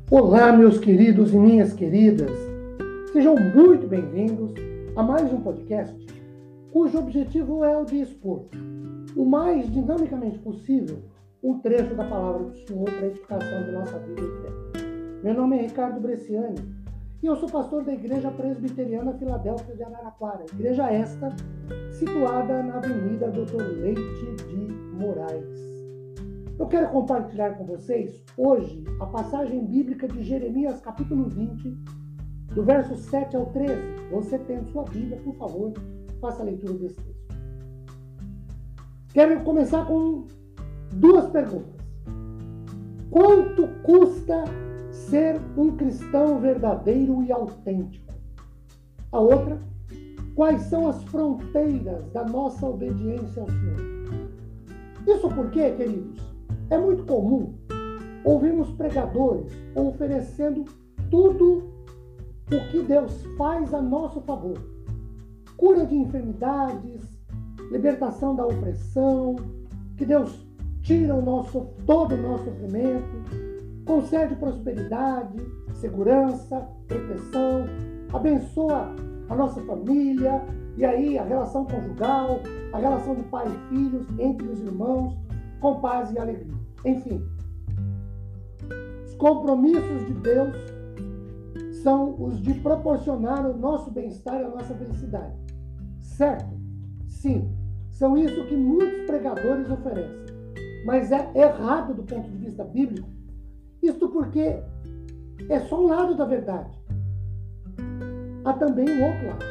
Olá, meus queridos e minhas queridas. Sejam muito bem-vindos a mais um podcast cujo objetivo é o de expor o mais dinamicamente possível um trecho da palavra do Senhor para a edificação de nossa vida e fé. Meu nome é Ricardo Bresciani e eu sou pastor da Igreja Presbiteriana Filadélfia de Araraquara, igreja esta situada na Avenida Doutor Leite de Moraes. Eu quero compartilhar com vocês hoje a passagem bíblica de Jeremias capítulo 20, do verso 7 ao 13. Você tendo sua Bíblia, por favor, faça a leitura desse texto. Quero começar com duas perguntas. Quanto custa ser um cristão verdadeiro e autêntico? A outra, quais são as fronteiras da nossa obediência ao Senhor? Isso porque, queridos, é muito comum ouvirmos pregadores oferecendo tudo o que Deus faz a nosso favor. Cura de enfermidades, libertação da opressão, que Deus tira todo o nosso sofrimento, concede prosperidade, segurança, proteção, abençoa a nossa família, e aí a relação conjugal, a relação de pai e filhos, entre os irmãos, com paz e alegria. Enfim, os compromissos de Deus são os de proporcionar o nosso bem-estar e a nossa felicidade. Certo? Sim, são isso que muitos pregadores oferecem. Mas é errado do ponto de vista bíblico, isto porque é só um lado da verdade. Há também um outro lado.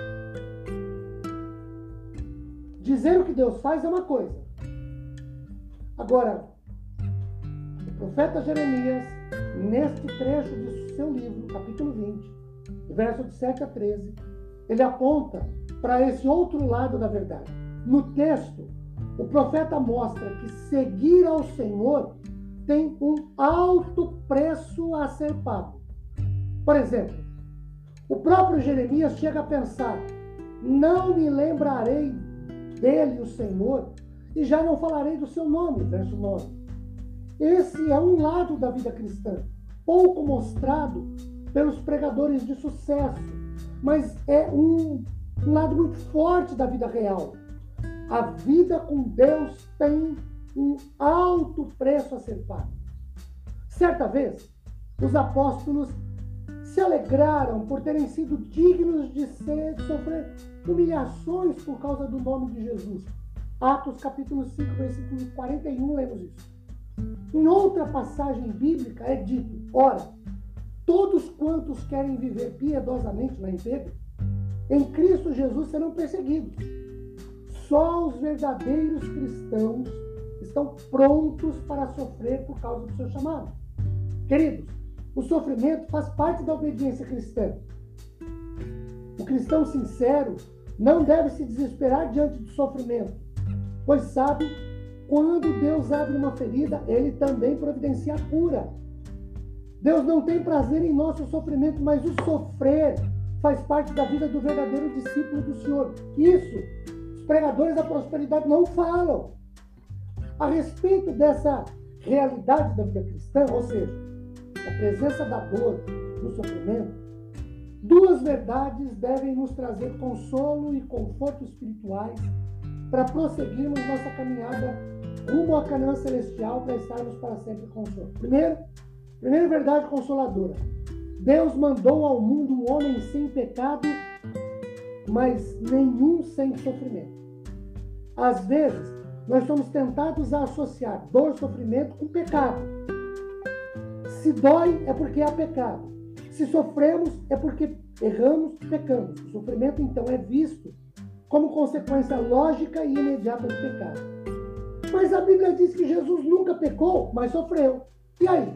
Dizer o que Deus faz é uma coisa. Agora, o profeta Jeremias, neste trecho de seu livro, capítulo 20, verso de 7 a 13, ele aponta para esse outro lado da verdade. No texto, o profeta mostra que seguir ao Senhor tem um alto preço a ser pago. Por exemplo, o próprio Jeremias chega a pensar: não me lembrarei dele, o Senhor, e já não falarei do seu nome, verso 9. Esse é um lado da vida cristã, pouco mostrado pelos pregadores de sucesso, mas é um lado muito forte da vida real. A vida com Deus tem um alto preço a ser pago. Certa vez, os apóstolos se alegraram por terem sido dignos de sofrer humilhações por causa do nome de Jesus. Atos capítulo 5, versículo 41, lemos isso. Em outra passagem bíblica é dito: ora, todos quantos querem viver piedosamente na íntegra, em Cristo Jesus serão perseguidos. Só os verdadeiros cristãos estão prontos para sofrer por causa do seu chamado. Queridos, o sofrimento faz parte da obediência cristã. O cristão sincero não deve se desesperar diante do sofrimento, pois sabe, quando Deus abre uma ferida, Ele também providencia a cura. Deus não tem prazer em nosso sofrimento, mas o sofrer faz parte da vida do verdadeiro discípulo do Senhor. Isso, os pregadores da prosperidade não falam. A respeito dessa realidade da vida cristã, ou seja, a presença da dor, do sofrimento, duas verdades devem nos trazer consolo e conforto espirituais para prosseguirmos nossa caminhada rumo à Canaã celestial, para estarmos para sempre com o Senhor. Primeira verdade consoladora: Deus mandou ao mundo um homem sem pecado, mas nenhum sem sofrimento. Às vezes, nós somos tentados a associar dor e sofrimento com pecado. Se dói, é porque há pecado. Se sofremos, é porque erramos, pecamos. O sofrimento, então, é visto como consequência lógica e imediata do pecado. Mas a Bíblia diz que Jesus nunca pecou, mas sofreu. E aí?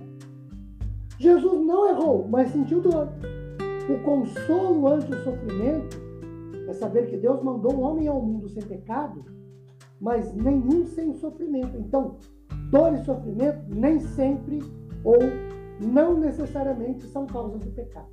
Jesus não errou, mas sentiu dor. O consolo ante o sofrimento é saber que Deus mandou um homem ao mundo sem pecado, mas nenhum sem sofrimento. Então, dor e sofrimento nem sempre ou não necessariamente são causas do pecado.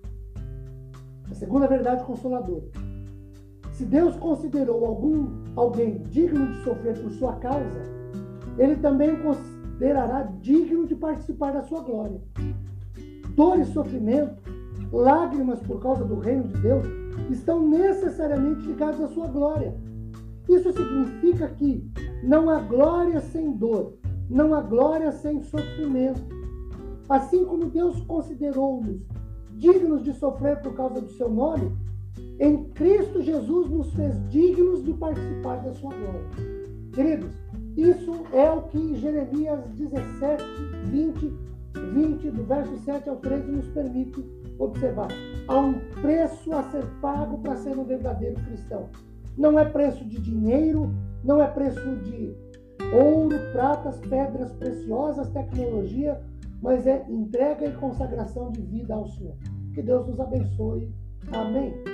A segunda verdade consoladora: se Deus considerou alguém digno de sofrer por sua causa, Ele também considerará digno de participar da sua glória. dor e sofrimento, lágrimas por causa do reino de Deus, estão necessariamente ligados à sua glória. Isso significa que não há glória sem dor, não há glória sem sofrimento. Assim como Deus considerou-nos dignos de sofrer por causa do seu nome, em Cristo Jesus nos fez dignos de participar da sua glória. Queridos, isso é o que Jeremias 17, 20, do verso 7 ao 13, nos permite observar. Há um preço a ser pago para ser um verdadeiro cristão. Não é preço de dinheiro, não é preço de ouro, pratas, pedras preciosas, tecnologia, mas é entrega e consagração de vida ao Senhor. Que Deus nos abençoe. Amém.